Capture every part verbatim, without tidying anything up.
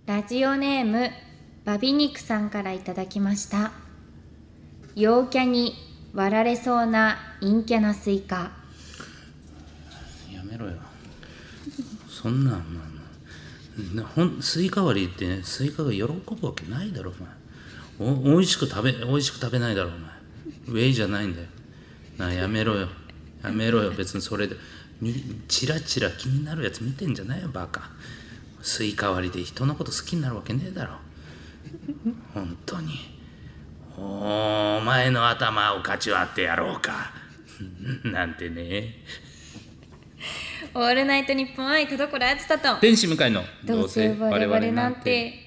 ラジオネームバビ肉さんからいただきました。陽キャに割られそうな陰キャなスイカ。 やめろよそんなん、まあ、ほんスイカ割りって、ね、スイカが喜ぶわけないだろお前。おおいしく食べおいしく食べないだろお前。ウェイじゃないんだよな。やめろよやめろよ。別にそれでチラチラ気になるやつ見てんじゃないよバカ。スイカ割りで人のこと好きになるわけねえだろ本当に。お前の頭をかち割ってやろうかなんてね。 オールナイトニッポン愛田所あずさと天使向かいのどうせ我々なんて。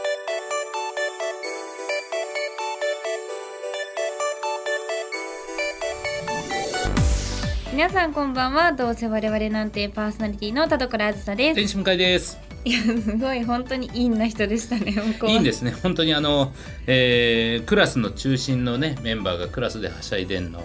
皆さんこんばんは。どうせ我々なんてパーソナリティの田所あずさです。 天使向かいです。 いやすごい本当にいいな人でしたね。 いいんですね本当に。あの、えー、クラスの中心のねメンバーがクラスではしゃいでんの、うん、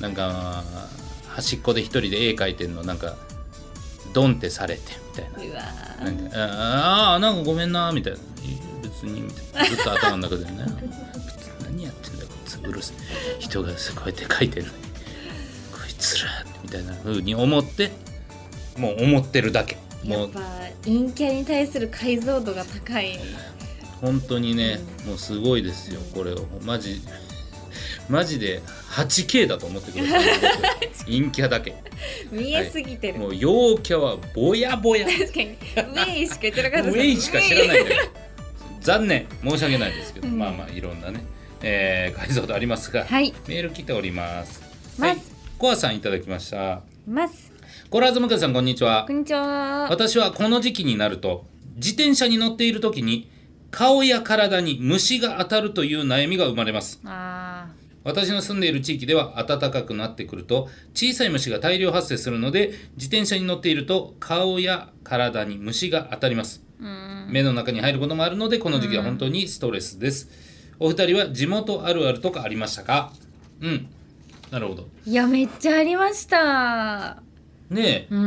なんか端っこで一人で絵描いてんのなんかドンってされてみたいな。うわなんかああなんかごめんなみたいな。別にみたいなずっと頭の中でね何やってんだこいつうるせえ人がこうやって描いてんのにこいつらみたいな風に思ってもう思ってるだけ。 やっぱ陰キャに対する解像度が高い。 本当にね、うん、もうすごいですよこれをマジマジで はちケー だと思ってください陰キャだけ見えすぎてる、 はい、もう陽キャはボヤボヤ。確かにウェイしか言ってなかった。 ウェイしか知らないんだよ残念申し訳ないですけど、うん、まあまあいろんなね、えー、解像度ありますが、はい、メール来ております。はい、コアさんいただきました。 ますコラーズ向井さんこんにちは。 こんにちは。 私はこの時期になると自転車に乗っている時に顔や体に虫が当たるという悩みが生まれます。あ私の住んでいる地域では暖かくなってくると小さい虫が大量発生するので自転車に乗っていると顔や体に虫が当たります。うん目の中に入ることもあるのでこの時期は本当にストレスです。お二人は地元あるあるとかありましたか？うんなるほど。 いやめっちゃありましたねえ、 うん、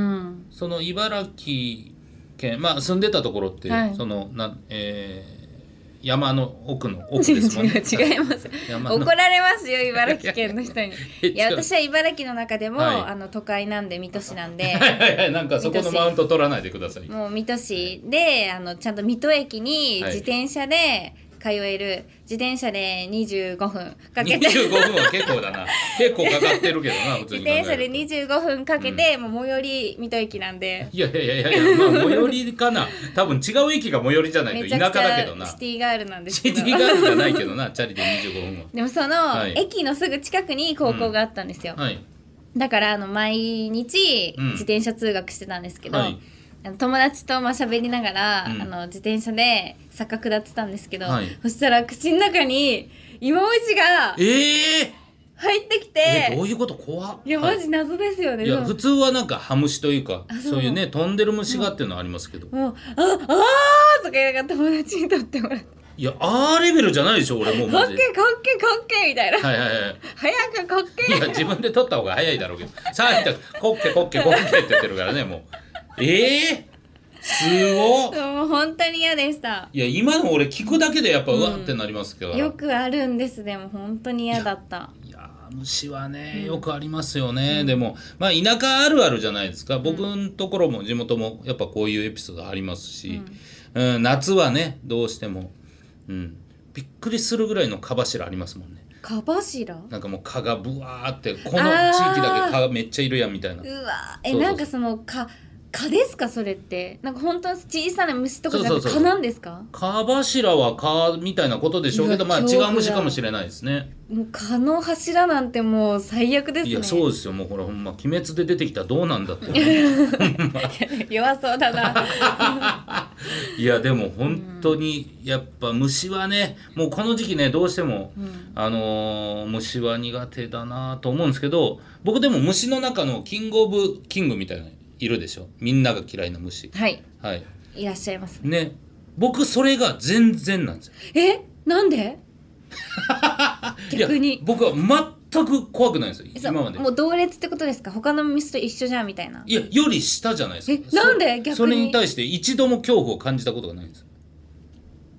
その茨城県、まあ住んでたところって、はい、そのな、えー、山の奥の奥ですもんね。 違います怒られますよ茨城県の人にいや私は茨城の中でも、はい、あの都会なんで水戸市なんではいはいはいなんかそこのマウント取らないでください。 もう水戸市であのちゃんと水戸駅に自転車で、はい通える自転車でにじゅうごふんかけてにじゅうごふんは結構だな結構かかってるけどな普通に自転車でにじゅうごふんかけて、うん、もう最寄り水戸駅なんでいやいやいやいや、まあ、最寄りかな多分違う駅が最寄りじゃないと田舎だけどな。 シティガールなんですけどシティガールじゃないけどなチャリでにじゅうごふんは。 でもその、はい、駅のすぐ近くに高校があったんですよ、うんはい、だからあの毎日自転車通学してたんですけど、うんはい友達とまあ喋りながら、うん、あの自転車で坂下ってたんですけど、はい、そしたら口の中に芋虫が入ってきて、 えー、えどういうこと怖っ。 いやマジ謎ですよね。 いや普通はなんかハムシというかそういうね飛んでる虫がっていうのはありますけどもうああーとか言いながら友達にとってもらっていやあーレベルじゃないでしょ俺もうマジでかっけかっけかっけみたいなはいはいはい早くかっけいや自分で取った方が早いだろうけどさあこっけこっけこっけって言ってるからねもうええーすごっもう本当に嫌でした。 いや今の俺聞くだけでやっぱうわってなりますけど、 うん、よくあるんです。でも本当に嫌だった。 いや、いや虫はね、うん、よくありますよね、うん、でもまあ田舎あるあるじゃないですか。僕のところも地元もやっぱこういうエピソードありますし、うんうん、夏はねどうしても、うん、びっくりするぐらいの蚊柱ありますもんね。 蚊柱なんかもう蚊がブワーってこの地域だけ蚊がめっちゃいるやんみたいな。 うわえそうそうそうなんかその蚊蚊ですかそれってなんか本当に小さな虫とかじゃなくて蚊なんですか？ 蚊柱は蚊みたいなことでしょうけどまあ違う虫かもしれないですね。 もう蚊の柱なんてもう最悪ですね。 いやそうですよもうこれほんま鬼滅で出てきたらどうなんだって弱そうだないやでも本当にやっぱ虫はねもうこの時期ねどうしても、うん、あのー、虫は苦手だなと思うんですけど僕でも虫の中のキングオブキングみたいないるでしょみんなが嫌いな虫はい、 はい、 いらっしゃいますね。僕それが全然なんですよ。 えなんで逆に僕は全く怖くないんですよ今まで。 もう同列ってことですか？他の虫と一緒じゃんみたいな。 いやより下じゃないですか。 えなんで逆にそ, それに対して一度も恐怖を感じたことがないんです。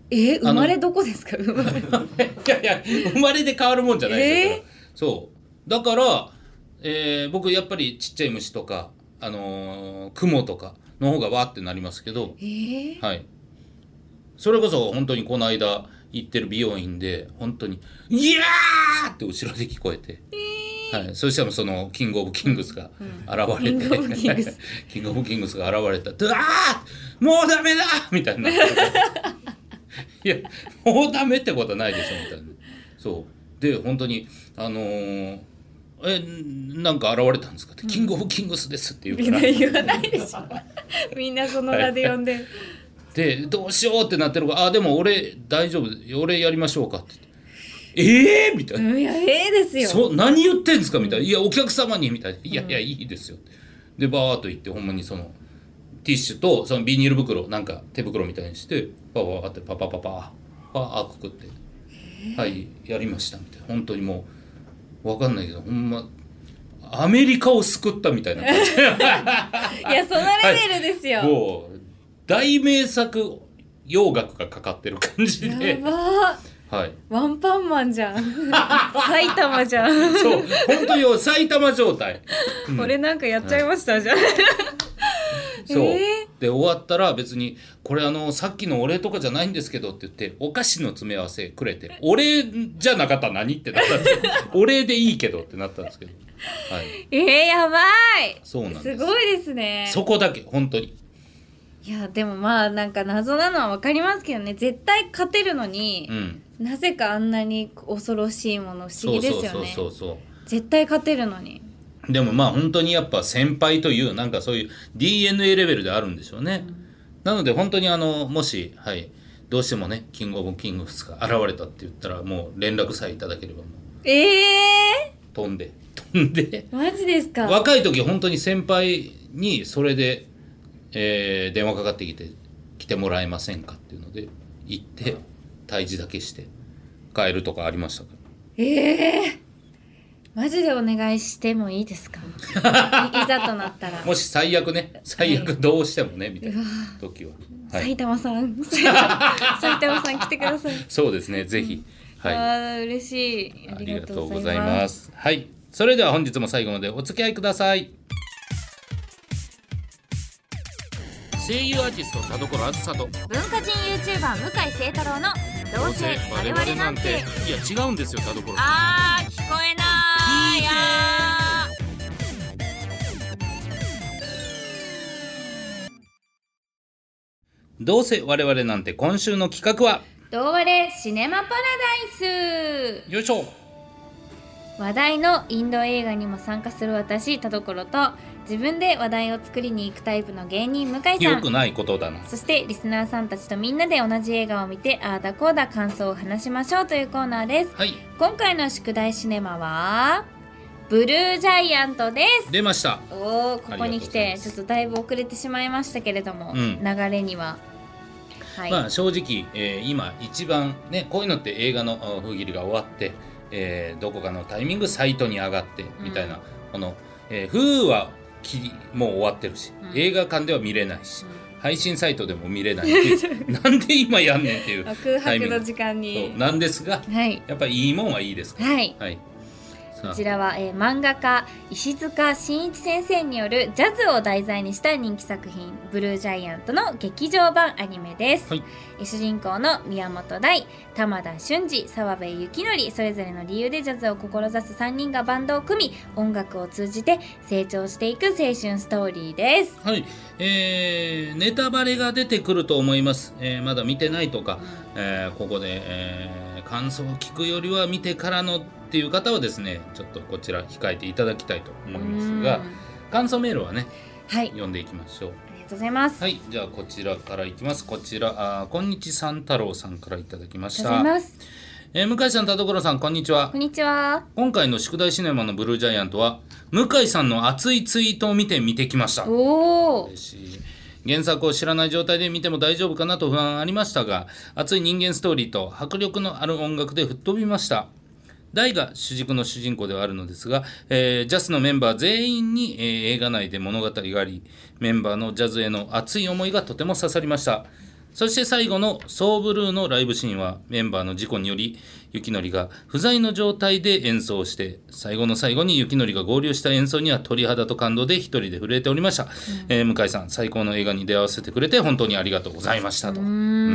えー、生まれどこですか？生まれいやいや生まれで変わるもんじゃないですよ、えー、そうだから、えー、僕やっぱりちっちゃい虫とか、あのー、雲とかの方がわーってなりますけど、 えー、 はい、それこそ本当にこの間行ってる美容院で本当に「イヤー!」って後ろで聞こえて、えーはい、そしたらそのキングオブキングスが現れて、うん、キングオブキングスキングオブキングスが現れた「うわーもうダメだ!」みたいな「いやもうダメってことはないでしょ」みたいな。そうで本当にあのーえなんか現れたんですかって、うん、キングオブキングスですって言うから、 言わないでしょみんなその名で呼んで、はい、 でどうしようってなってるから、あでも俺大丈夫、俺やりましょうかって言って、えーみたいな、 いやええですよ、 そ何言ってんですかみたいな、いやお客様にみたいな、いやいやいいですよでバーッと言って、ほんまにそのティッシュとそのビニール袋なんか手袋みたいにしてパパパってパパパパパーくくってはいやりましたみたいな、本当にもう分かんないけどほんまアメリカを救ったみたいな感じいやそのレベルですよ、 はい、もう大名作洋楽がかかってる感じで、 やばー、はい、ワンパンマンじゃん埼玉じゃんそう本当に埼玉状態、 うん、俺なんかやっちゃいました、はい、じゃんそう、えー、で終わったら別にこれあのさっきのお礼とかじゃないんですけどって言ってお菓子の詰め合わせくれて、お礼じゃなかったら何ってなったんですけどお礼でいいけどってなったんですけど、はい、 えー、やばい、 そうなんです、 すごいですね、 そこだけ本当に。 いやでもまあなんか謎なのは分かりますけどね、絶対勝てるのに、うん、なぜかあんなに恐ろしいもの不思議ですよね。そうそうそうそう絶対勝てるのに。 でもまあ本当にやっぱ先輩というなんかそういう ディーエヌエー レベルであるんでしょうね、うん、なので本当にあのもし、はい、どうしてもねキングオブキングスが現れたって言ったらもう連絡さえいただければもうえー、 飛んで飛んでマジですか。 若い時本当に先輩にそれで、えー、電話かかってきて来てもらえませんかっていうので行って退治だけして帰るとかありましたから。 ええーマジでお願いしてもいいですかい, いざとなったらもし最悪ね最悪どうしてもね、はい、みたいな時は、 はい、埼玉さん埼玉さん来てくださいそうですねぜひ、 うん、はい、あ嬉しいありがとうございます。 はい、それでは本日も最後までお付き合いください。声優アーティスト田所あずさと文化人 YouTuber 向井聖太郎のどうせ我々なんて。 いや違うんですよ田所。 あー聞こえないどうせ我々なんて。今週の企画はどうわれシネマパラダイス。 よいしょ。 話題のインド映画にも参加する私田所と自分で話題を作りに行くタイプの芸人向井さん、 よくないことだな。 そしてリスナーさんたちとみんなで同じ映画を見てああだこうだ感想を話しましょうというコーナーです、 はい、 今回の宿題シネマはブルージャイアントです。 出ました。 おーここに来てちょっとだいぶ遅れてしまいましたけれども、うん、流れには、 はい、まあ正直、えー、今一番ねこういうのって映画の封切りが終わって、えー、どこかのタイミングサイトに上がってみたいな、うん、この、えー、封はもう終わってるし、うん、映画館では見れないし、うん、配信サイトでも見れないっていうなんで今やんねんっていう空白の時間にそうなんですが、はい、やっぱりいいもんはいいですから、 はい、はい、こちらは、えー、漫画家石塚真一先生によるジャズを題材にした人気作品ブルージャイアントの劇場版アニメです、はい、主人公の宮本大、玉田俊二、澤部幸則それぞれの理由でジャズを志すさんにんがバンドを組み音楽を通じて成長していく青春ストーリーです。 はい、えー、ネタバレが出てくると思います、えー、まだ見てないとか、うんえー、ここで、えー、感想を聞くよりは見てからのっていう方はですねちょっとこちら控えていただきたいと思いますが感想メールはね、はい、読んでいきましょう。 ありがとうございます。 はい、じゃあこちらからいきます。こちらあこんにちさん太郎さんからいただきました。 ありがとうございます。 えー、向井さん田所さんこんにちは。 こんにちは。 今回の宿題シネマのブルージャイアントは向井さんの熱いツイートを見て見てきました。 おー嬉しい。原作を知らない状態で見ても大丈夫かなと不安ありましたが熱い人間ストーリーと迫力のある音楽で吹っ飛びました。大が主軸の主人公ではあるのですが、えー、ジャスのメンバー全員に、えー、映画内で物語がありメンバーのジャズへの熱い思いがとても刺さりました。 そして最後のソーブルーのライブシーンはメンバーの事故により雪のりが不在の状態で演奏して、最後の最後に雪のりが合流した演奏には鳥肌と感動で一人で震えておりました、うんえー、向井さん最高の映画に出会わせてくれて本当にありがとうございましたと。うん、うん、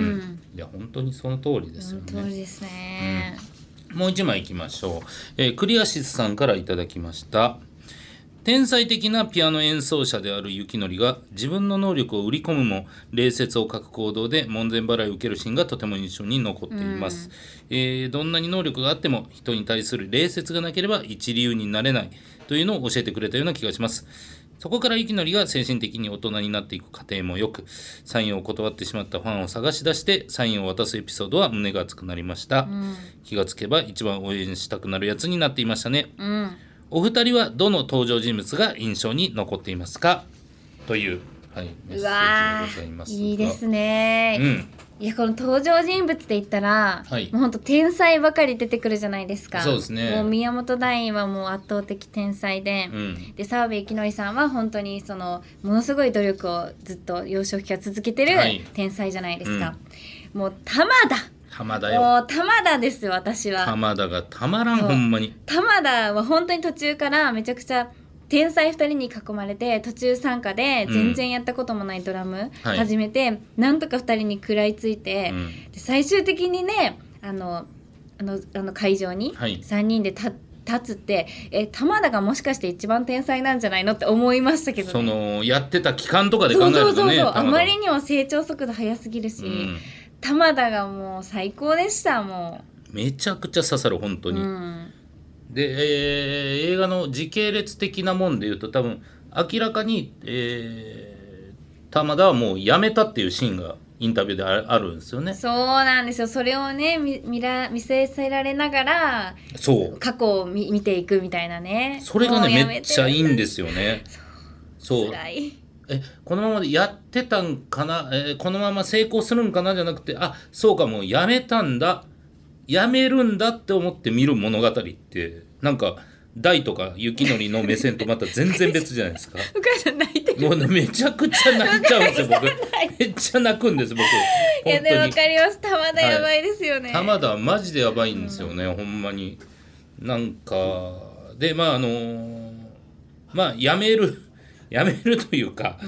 いや本当にその通りですよね。 その通りですね、 うん、もう一枚いきましょう、えー、クリアシスさんからいただきました。天才的なピアノ演奏者である雪のりが自分の能力を売り込むも礼節を欠く行動で門前払いを受けるシーンがとても印象に残っています、うんえー、どんなに能力があっても人に対する礼節がなければ一流になれないというのを教えてくれたような気がします。そこから雪のりが精神的に大人になっていく過程もよく、サインを断ってしまったファンを探し出してサインを渡すエピソードは胸が熱くなりました、うん、気がつけば一番応援したくなるやつになっていましたね、うんお二人はどの登場人物が印象に残っていますかという、はい、メッセージでございますが。 いいですね、うん、いやこの登場人物で言ったら、はい、もうほんと天才ばかり出てくるじゃないですか。 そうですね。 もう宮本大院はもう圧倒的天才で、うん、で澤部幸則さんは本当にそのものすごい努力をずっと幼少期から続けてる天才じゃないですか、はいうん、もう玉田玉田よ。 もう玉田ですよ私は。 玉田がたまらんほんまに。 玉田は本当に途中からめちゃくちゃ天才ふたりに囲まれて途中参加で全然やったこともないドラム始めて、うんはい、なんとかふたりに食らいついて、うん、で最終的にねあのあのあの会場にさんにんで立立つってえ玉田がもしかして一番天才なんじゃないのって思いましたけどね。 そのやってた期間とかで考えるとね。そうそうそうそうあまりにも成長速度速すぎるし、うん玉田がもう最高でしたもうめちゃくちゃ刺さる本当に、うん、で、えー、映画の時系列的なもんでいうと多分明らかに、えー、玉田はもう辞めたっていうシーンがインタビューで あ, あるんですよね。 そうなんですよ。それをね 見, 見, ら見せられながらそう過去を 見, 見ていくみたいなね。 それがねめっちゃいいんですよね。 そう辛いえこのままでやってたんかな、えー、このまま成功するんかなじゃなくてあそうかもうやめたんだやめるんだって思って見る物語ってなんか大とか雪のりの目線とまた全然別じゃないですか。 お母さん泣いてる。 もうめちゃくちゃ泣いちゃうんですよ僕。めっちゃ泣くんです僕。 いやでも分かります。玉田やばいですよね、 はい、玉田はマジでやばいんですよね、うん、ほんまになんかでまああのー、まあやめるやめるというか、うん、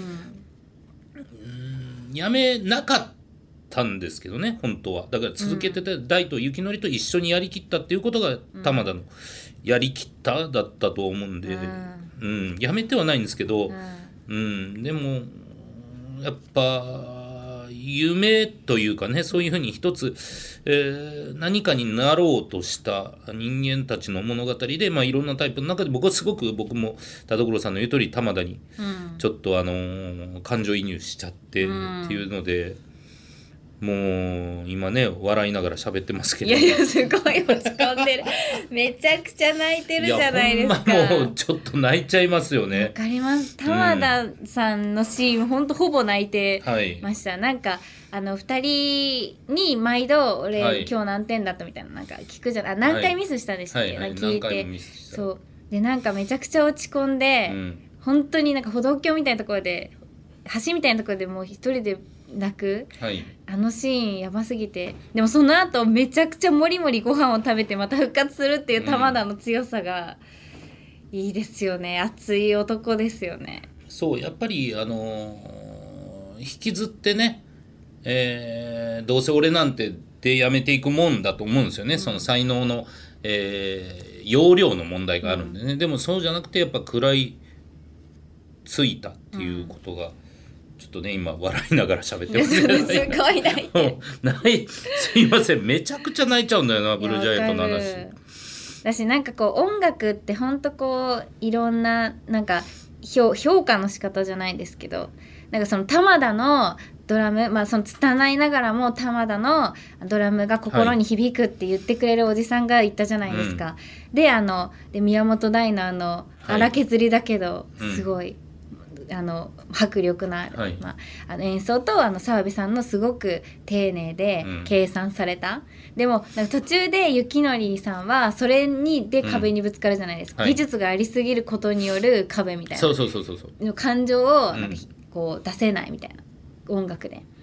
うんやめなかったんですけどね本当は。だから続けてた大と雪のりと一緒にやりきったっていうことが玉田のやりきっただったと思うんで、うんうん、やめてはないんですけど、うんうん、でもやっぱ夢というかねそういうふうに一つ、えー、何かになろうとした人間たちの物語で、まあ、いろんなタイプの中で僕はすごく僕も田所さんの言う通り玉田にちょっと、あのー、感情移入しちゃってっていうので、うん、もう今ね笑いながら喋ってますけど、 いやいやすごい落ち込んでるめちゃくちゃ泣いてるじゃないですか。 いやほんまもうちょっと泣いちゃいますよね。 わかります。玉田さんのシーン、うん、ほんとほぼ泣いてました、はい、なんかあのふたりに毎度俺、はい、今日何点だったみたいななんか聞くじゃない、何回ミスしたでしたっけ、はいはいはい、聞いてそうでなんかめちゃくちゃ落ち込んで、うん、本当になんか歩道橋みたいなところで橋みたいなところでもう一人で泣く、はい、あのシーンやばすぎて、でもその後めちゃくちゃもりもりご飯を食べてまた復活するっていう玉田の強さがいいですよね、うん、熱い男ですよね。 そうやっぱりあのー、引きずってね、えー、どうせ俺なんてでやめていくもんだと思うんですよね、うん、その才能の、えー、容量の問題があるんでね、うん、でもそうじゃなくてやっぱ食らいついたっていうことが、うんちょっとね今笑いながら喋ってますね。 すごい泣いてる泣いすいませんめちゃくちゃ泣いちゃうんだよなブルージャイアントの話。 私なんかこう音楽ってほんとこういろんななんか 評, 評価の仕方じゃないですけどなんかその玉田のドラムまあその拙いながらも玉田のドラムが心に響くって言ってくれるおじさんがいたじゃないですか、はい、であので宮本大のあの荒削りだけどすごい、うんあの迫力のある、はいまあ、あの演奏とあの澤部さんのすごく丁寧で計算された、うん、でもなんか途中で雪のりさんはそれにで壁にぶつかるじゃないですか、うんはい、技術がありすぎることによる壁みたいなそうそうそうそうの感情をなんかこう出せないみたいな音楽で、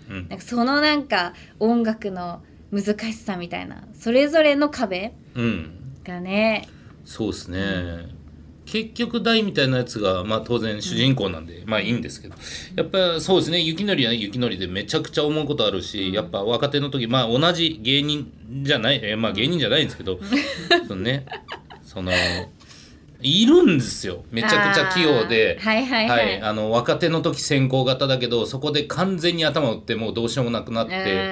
うん、 なんかそのなんか音楽の難しさみたいなそれぞれの壁がね、 うん、そうですね、うん、結局大みたいなやつが、まあ、当然主人公なんで、うん、まあいいんですけど、やっぱそうですね、雪のりは雪のりでめちゃくちゃ思うことあるし、うん、やっぱ若手の時、まあ同じ芸人じゃない、えまあ芸人じゃないんですけど、うん、そのねそのいるんですよ、めちゃくちゃ器用で、 はいはいはい、はい、 あの若手の時先行型だけどそこで完全に頭を打ってもうどうしようもなくなって、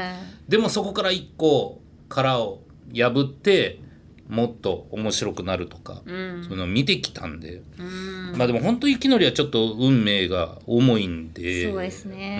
でもそこから一個殻を破ってもっと面白くなるとか、うん、そういうのを見てきたんで、うん、まあでも本当雪のりはちょっと運命が重いんで、 そうですね、 うん、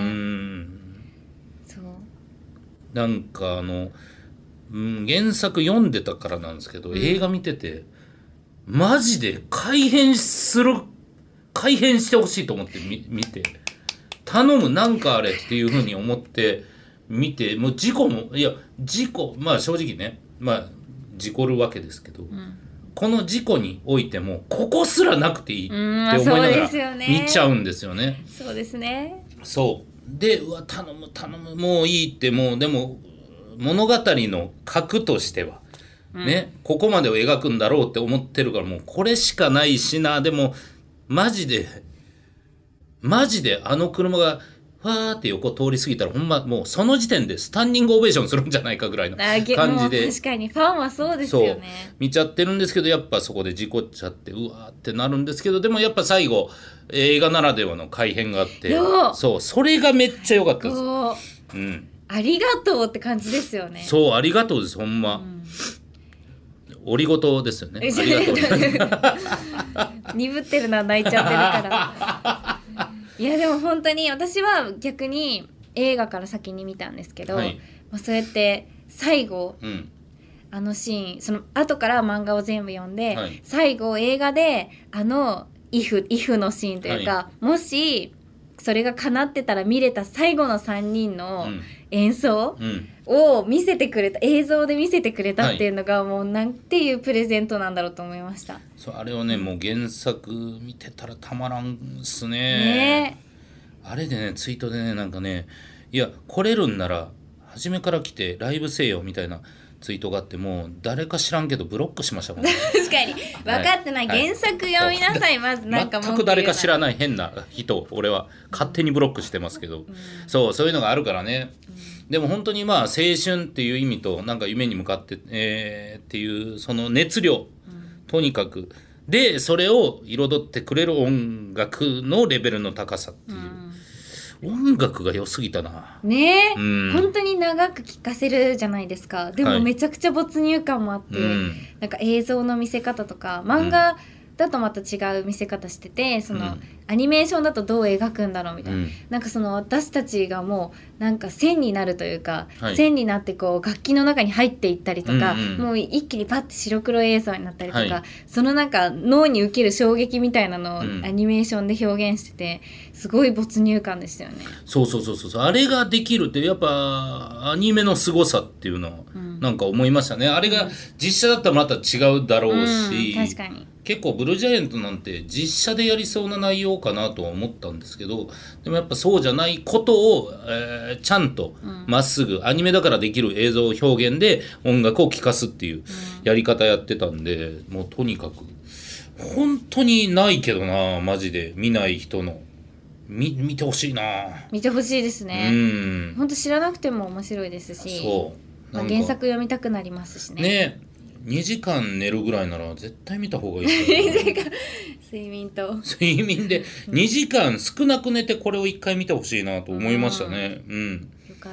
そうなんかあの、うん、原作読んでたからなんですけど、うん、映画見ててマジで改変する改変してほしいと思ってみ見て頼むなんかあれっていう風に思って見て、もう事故もいや事故まあ正直ねまあ事故るわけですけど、うん、この事故においてもここすらなくていいって思いながら見ちゃうんですよね。 そうですね。 そうでうわ頼む頼むもういいってもうでも物語の核としてはね、うん、ここまでを描くんだろうって思ってるからもうこれしかないしな。でもマジでマジであの車がファーって横通り過ぎたらほんまもうその時点でスタンディングオベーションするんじゃないかぐらいの感じで、 確かにファンはそうですよね。そう見ちゃってるんですけど、やっぱそこで事故っちゃってうわーってなるんですけど、でもやっぱ最後映画ならではの改変があって、そうそれがめっちゃ良かったです。うん、 ありがとうって感じですよね。 そうありがとうですほんま、うん、おりごとですよね。ありがとう鈍ってるのは泣いちゃってるからいやでも本当に私は逆に映画から先に見たんですけど、はい、まあ、そうやって最後、うん、あのシーンその後から漫画を全部読んで、はい、最後映画であのイフ、イフのシーンというか、はい、もしそれが叶ってたら見れた最後のさんにんの演奏を見せてくれた、映像で見せてくれたっていうのがもうなんていうプレゼントなんだろうと思いました。 そうあれをねもう原作見てたらたまらんっす ね, ねあれでねツイートでねなんかねいや来れるんなら初めから来てライブせよみたいなツイートがあってもう誰か知らんけどブロックしましたもんね確かに分かってない、はい、原作読みなさい、はい、まずなんか全く誰か知らない変な人俺は勝手にブロックしてますけど、うん、そうそういうのがあるからね、うん、でも本当にまあ青春っていう意味となんか夢に向かって、えー、っていうその熱量、うん、とにかくでそれを彩ってくれる音楽のレベルの高さっていう、うん、音楽が良すぎたなねえ、うん、本当に長く聴かせるじゃないですか。でもめちゃくちゃ没入感もあって、はい、なんか映像の見せ方とか漫画だとまた違う見せ方しててその、うん、アニメーションだとどう描くんだろうみたいな、うん、なんかその私たちがもうなんか線になるというか、はい、線になってこう楽器の中に入っていったりとか、うんうん、もう一気にパッて白黒映像になったりとか、はい、そのなんか脳に受ける衝撃みたいなのをアニメーションで表現しててすごい没入感でしたよね。 そうそうそうそうあれができるってやっぱアニメの凄さっていうのはなんか思いましたね、うん、あれが実写だったらまた違うだろうし、 うん、確かに結構ブルージャイアントなんて実写でやりそうな内容かなとは思ったんですけど、でもやっぱそうじゃないことを、えー、ちゃんとまっすぐ、うん、アニメだからできる映像表現で音楽を聴かすっていうやり方やってたんで、もうとにかく本当にないけどなマジで見ない人の見, 見てほしいな見てほしいですね。うん本当知らなくても面白いですし、そうまあ、原作読みたくなりますしね。 ねにじかん寝るぐらいなら絶対見た方がいい睡眠と睡眠でにじかん少なく寝てこれをいっかい見てほしいなと思いましたね。うん、うん、 よかった。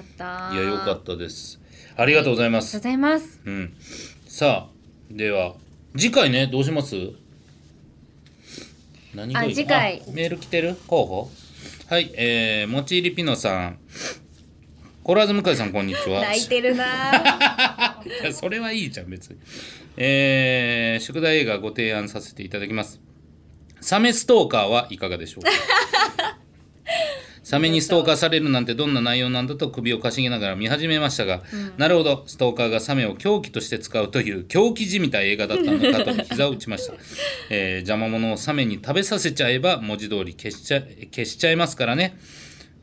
いやよかったです。ありがとうございます。 ありがとうございます、 うん、さあでは次回ねどうします？何がいい？ あ次回メール来てる候補はい、えー、もちりぴのさんコラーズ向井さんこんにちは。 泣いてるないやそれはいいじゃん別に、えー、宿題映画ご提案させていただきます。サメストーカーはいかがでしょうかサメにストーカーされるなんてどんな内容なんだと首をかしげながら見始めましたが、うん、なるほどストーカーがサメを凶器として使うという狂気じみた映画だったのかと膝を打ちました、えー、邪魔者をサメに食べさせちゃえば文字通り消しちゃ消しちゃいますからね。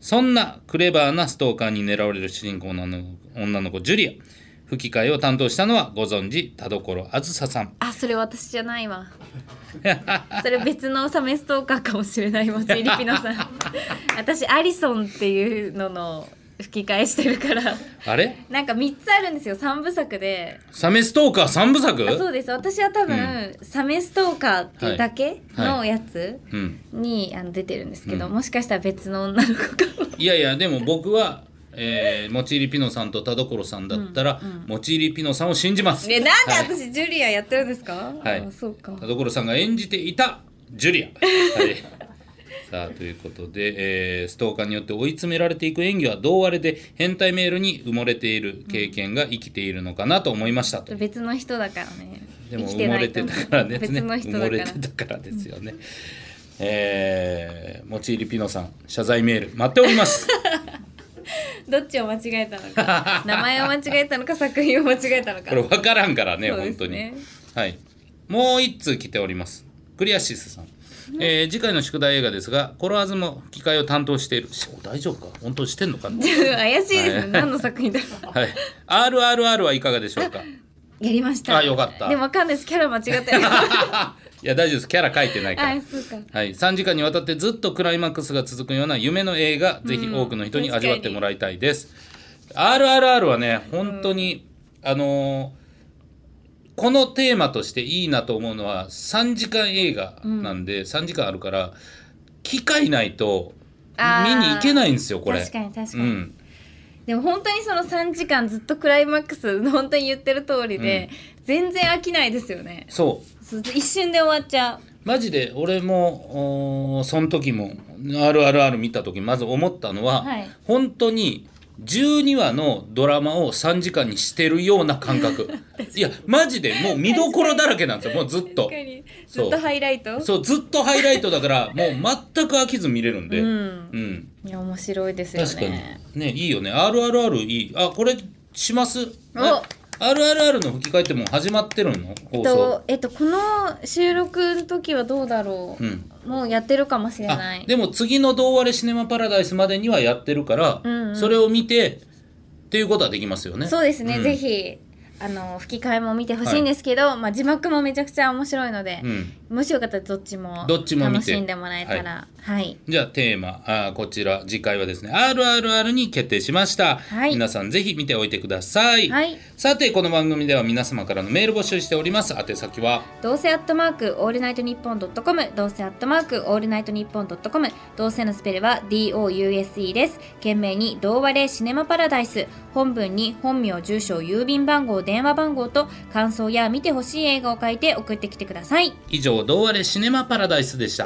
そんなクレバーなストーカーに狙われる主人公の女の子ジュリア、吹き替えを担当したのはご存知田所あずささん。 あ、それ私じゃないわそれ別のサメストーカーかもしれないもちりぴのさん私アリソンっていうのの吹き替えしてるからあれなんかみっつあるんですよ、さんぶさくで。 サメストーカーさんぶさく？ あ、そうです。私は多分、うん、サメストーカーっていうだけのやつに、はいはい、あの出てるんですけど、うん、もしかしたら別の女の子かも。 いやいやでも僕はえー、もちりぴのさんと田所さんだったら、うんうん、もちりぴのさんを信じます。 え、なんで私、はい、ジュリアやってるんですか？ はい、そうか。田所さんが演じていたジュリア、はい、さあということで、えー、ストーカーによって追い詰められていく演技はどうあれで変態メールに埋もれている経験が生きているのかなと思いましたと、 うん、別の人だからね。 でも埋もれてたからですね。 別の人だから埋もれてたからですよね、うん、えー、もちりぴのさん謝罪メール待っておりますどっちを間違えたのか名前を間違えたのか作品を間違えたのかこれ分からんからね、 そうで本当すね。 に。はい、もう一通来ております。クリアシスさん、えー、次回の宿題映画ですがコロワーズも吹き替えを担当している。大丈夫か、本当にしてんのかな怪しいですね、はい、何の作品だろうはい、アールアールアール はいかがでしょうか。 やりました。 あ、よかった。 でもわかんないです、キャラ間違ったよいや大丈夫です、キャラ書いてないから。 あ、そうか。 はい、さんじかんにわたってずっとクライマックスが続くような夢の映画、うん、ぜひ多くの人に味わってもらいたいです。 アールアールアール はね本当に、うん、あのーこのテーマとしていいなと思うのはさんじかん映画なんで、うん、さんじかんあるから機会ないと見に行けないんですよこれ。 確かに確かに、うん、でも本当にそのさんじかんずっとクライマックス本当に言ってる通りで、うん、全然飽きないですよね。 そう一瞬で終わっちゃう。 マジで俺もその時も アールアールアール 見た時まず思ったのは、はい、本当にじゅうにわのドラマをさんじかんにしてるような感覚いやマジでもう見どころだらけなんですよ、もうずっとずっとハイライト。 そうずっとハイライトだからもう全く飽きず見れるんで、うん、 うん、いや面白いですよね。 確かにね、いいよね。 アールアールアール いい。あ、これします。おアールアールアール の吹き替えってもう始まってるの？ えっと、えっと、この収録の時はどうだろう、うん、もうやってるかもしれない。 でも次のどうわれシネマパラダイスまでにはやってるから、うんうん、それを見てっていうことはできますよね。 そうですね、うん、ぜひあの吹き替えも見てほしいんですけど、はい、まあ、字幕もめちゃくちゃ面白いので、うん、もしよかったらどっちも楽しんでもらえたら、はいはい、 じゃあテーマあこちら次回はですね アールアールアール に決定しました、はい、皆さんぜひ見ておいてください、はい、さてこの番組では皆様からのメール募集しております。宛先はどうせアットマークオールナイトニッポンドットコム、どうせアットマークオールナイトニッポンドットコム、どうせのスペルは ディーオーユーエスイー です。懸命にどうわれシネマパラダイス、本文に本名住所郵便番号電話番号と感想や見てほしい映画を書いて送ってきてください。 以上どうわれシネマパラダイスでした。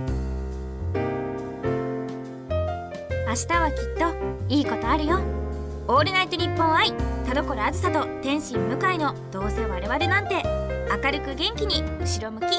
明日はきっといいことあるよ。オールナイトニッポン愛田所あずさと天心向井のどうせ我々なんて、明るく元気に後ろ向き。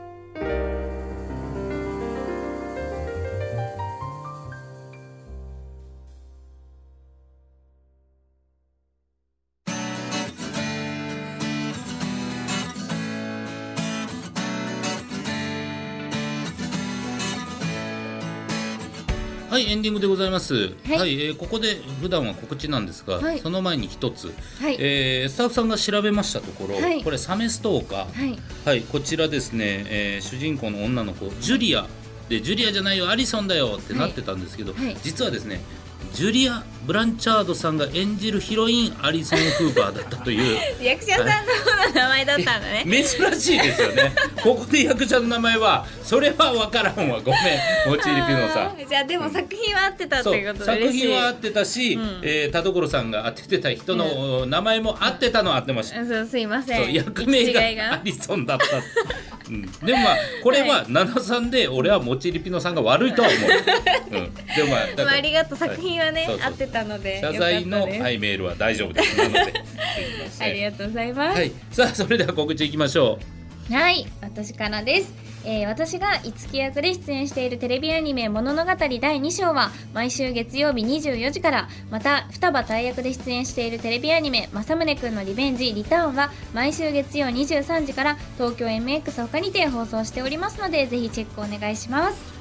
はい、エンディングでございます。はい、はい、えー、ここで普段は告知なんですが、はい、その前に一つ、はい、えー、スタッフさんが調べましたところ、はい、これサメストーカー、はい、はい、こちらですね、えー、主人公の女の子ジュリアで、ジュリアじゃないよアリソンだよってなってたんですけど、はいはい、実はですねジュリア・ブランチャードさんが演じるヒロインアリソン・フーバーだったという役者さんの方の名前だったんだね。 珍しいですよねここで役者の名前はそれは分からんわ、ごめんもちりぴのさん。 じゃあでも作品は合ってたっていうことで嬉しい。 作品は合ってたし、うん、えー、田所さんが当ててた人の名前も合ってたのは合ってました、 うん、そうすいません、 そう役名がアリソンだったうん、でもまあこれはななさんで俺はもちりぴのさんが悪いとは思う、うん、でもまあだから、 まあ、ありがとう、作品はね、はい、合ってたので謝罪の、はい、メールは大丈夫ですなのでありがとうございます、はい、 さあそれでは告知いきましょう。はい、私からです。えー、私が五木役で出演しているテレビアニメ物語だいに章は毎週月曜日にじゅうよじから、また双葉大役で出演しているテレビアニメ政宗くんのリベンジリターンは毎週月曜にじゅうさんじから東京 エムエックス 他にて放送しておりますので、ぜひチェックお願いします。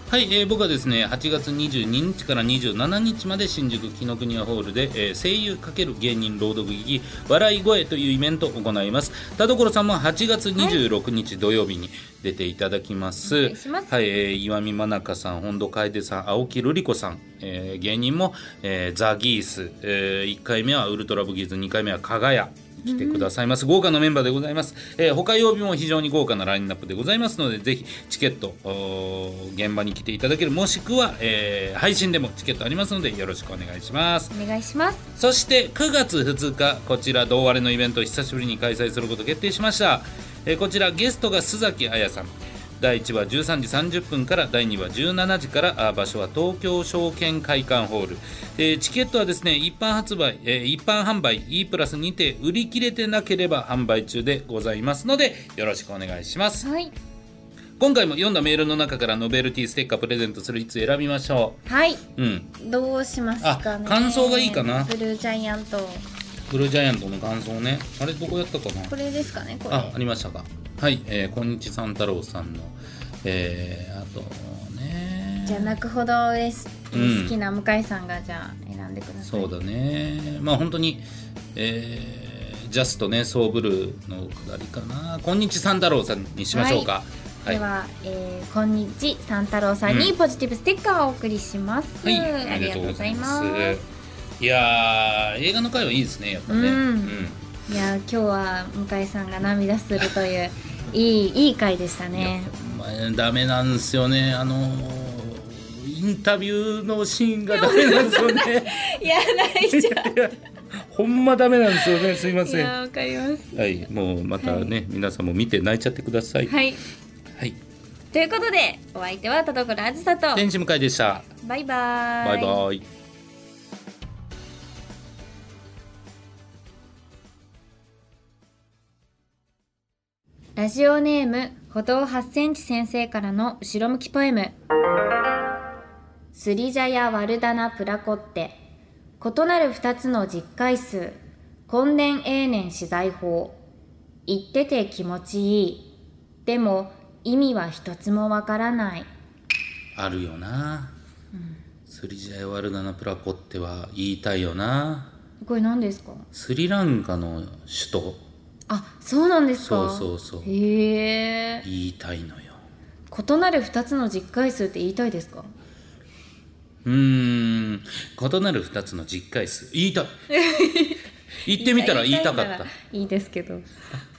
はい、えー、僕はですねはちがつにじゅうににちからにじゅうしちにちまで新宿紀ノ国屋ホールで、えー、声優×芸人朗読劇笑い声というイベントを行います。田所さんもはちがつにじゅうろくにち土曜日に出ていただきます。 お願いします。 はい、えー、岩見真中さん、本土楓さん、青木瑠璃子さん、えー、芸人も、えー、ザ・ギース、えー、いっかいめはウルトラブギーズ、にかいめはかがや来てくださいます。豪華なメンバーでございます。えー、他曜日も非常に豪華なラインナップでございますので、ぜひチケット現場に来ていただける、もしくは、えー、配信でもチケットありますのでよろしくお願いします。 お願いします。 そしてくがつふつか、こちら同割れのイベントを久しぶりに開催すること決定しました。えー、こちらゲストが須崎彩さん、だいいちわじゅうさんじさんじゅっぷんからだいにわじゅうしちじから、あ場所は東京証券会館ホール、えー、チケットはですね一般発売、えー、一般販売 E プラスにて売り切れてなければ販売中でございますのでよろしくお願いします。 はい、 今回も読んだメールの中からノベルティステッカープレゼントするいつ選びましょう。はい、 うん、 どうしますかね。 あ、感想がいいかな。 ブルージャイアントブルージャイアントの感想ね。あれどこやったかな。 これですかね。これあ, ありましたか。はい、えー、こんにちさん太郎さんのえー、あとねじゃあ泣くほど嬉し、うん、好きな向井さんがじゃあ選んでください。 そうだね、まあ本当に、えー、ジャストねソーブルーのくだりかな。こんにちさん太郎さんにしましょうか。 はい、では、えー、こんにちさん太郎さんにポジティブステッカーをお送りします、 うん、はい、 ありがとうございます。 いやー映画の回はいいですねやっぱね、うんうん、 いや今日は向井さんが涙するといういいいい回でしたね。 ダメなんですよね、あのインタビューのシーンがダメなんですよねいや泣いちゃうほんまダメなんですよね、すいません。いやわかります。 はい、もうまたね、はい、皆さんも見て泣いちゃってください。 はい、 はい、 ということでお相手は田所あずさと天使向井でした。 バイバイ。 バイバイ。 ラジオネーム歩道はちセンチ先生からの後ろ向きポエム。スリジャヤワルダナプラコッテ、異なるふたつの実回数、根伝永年資材法、言ってて気持ちいい、でも意味は一つもわからない。 あるよな、うん、スリジャヤワルダナプラコッテは言いたいよな。 これ何ですか。 スリランカの首都。 あ、そうなんですか。 そうそうそう。 へえ。 言いたいのよ。 異なるふたつの実回数って言いたいですか。 うーん、異なるふたつの実回数言いたい言ってみたら言いたかった。 いいですけど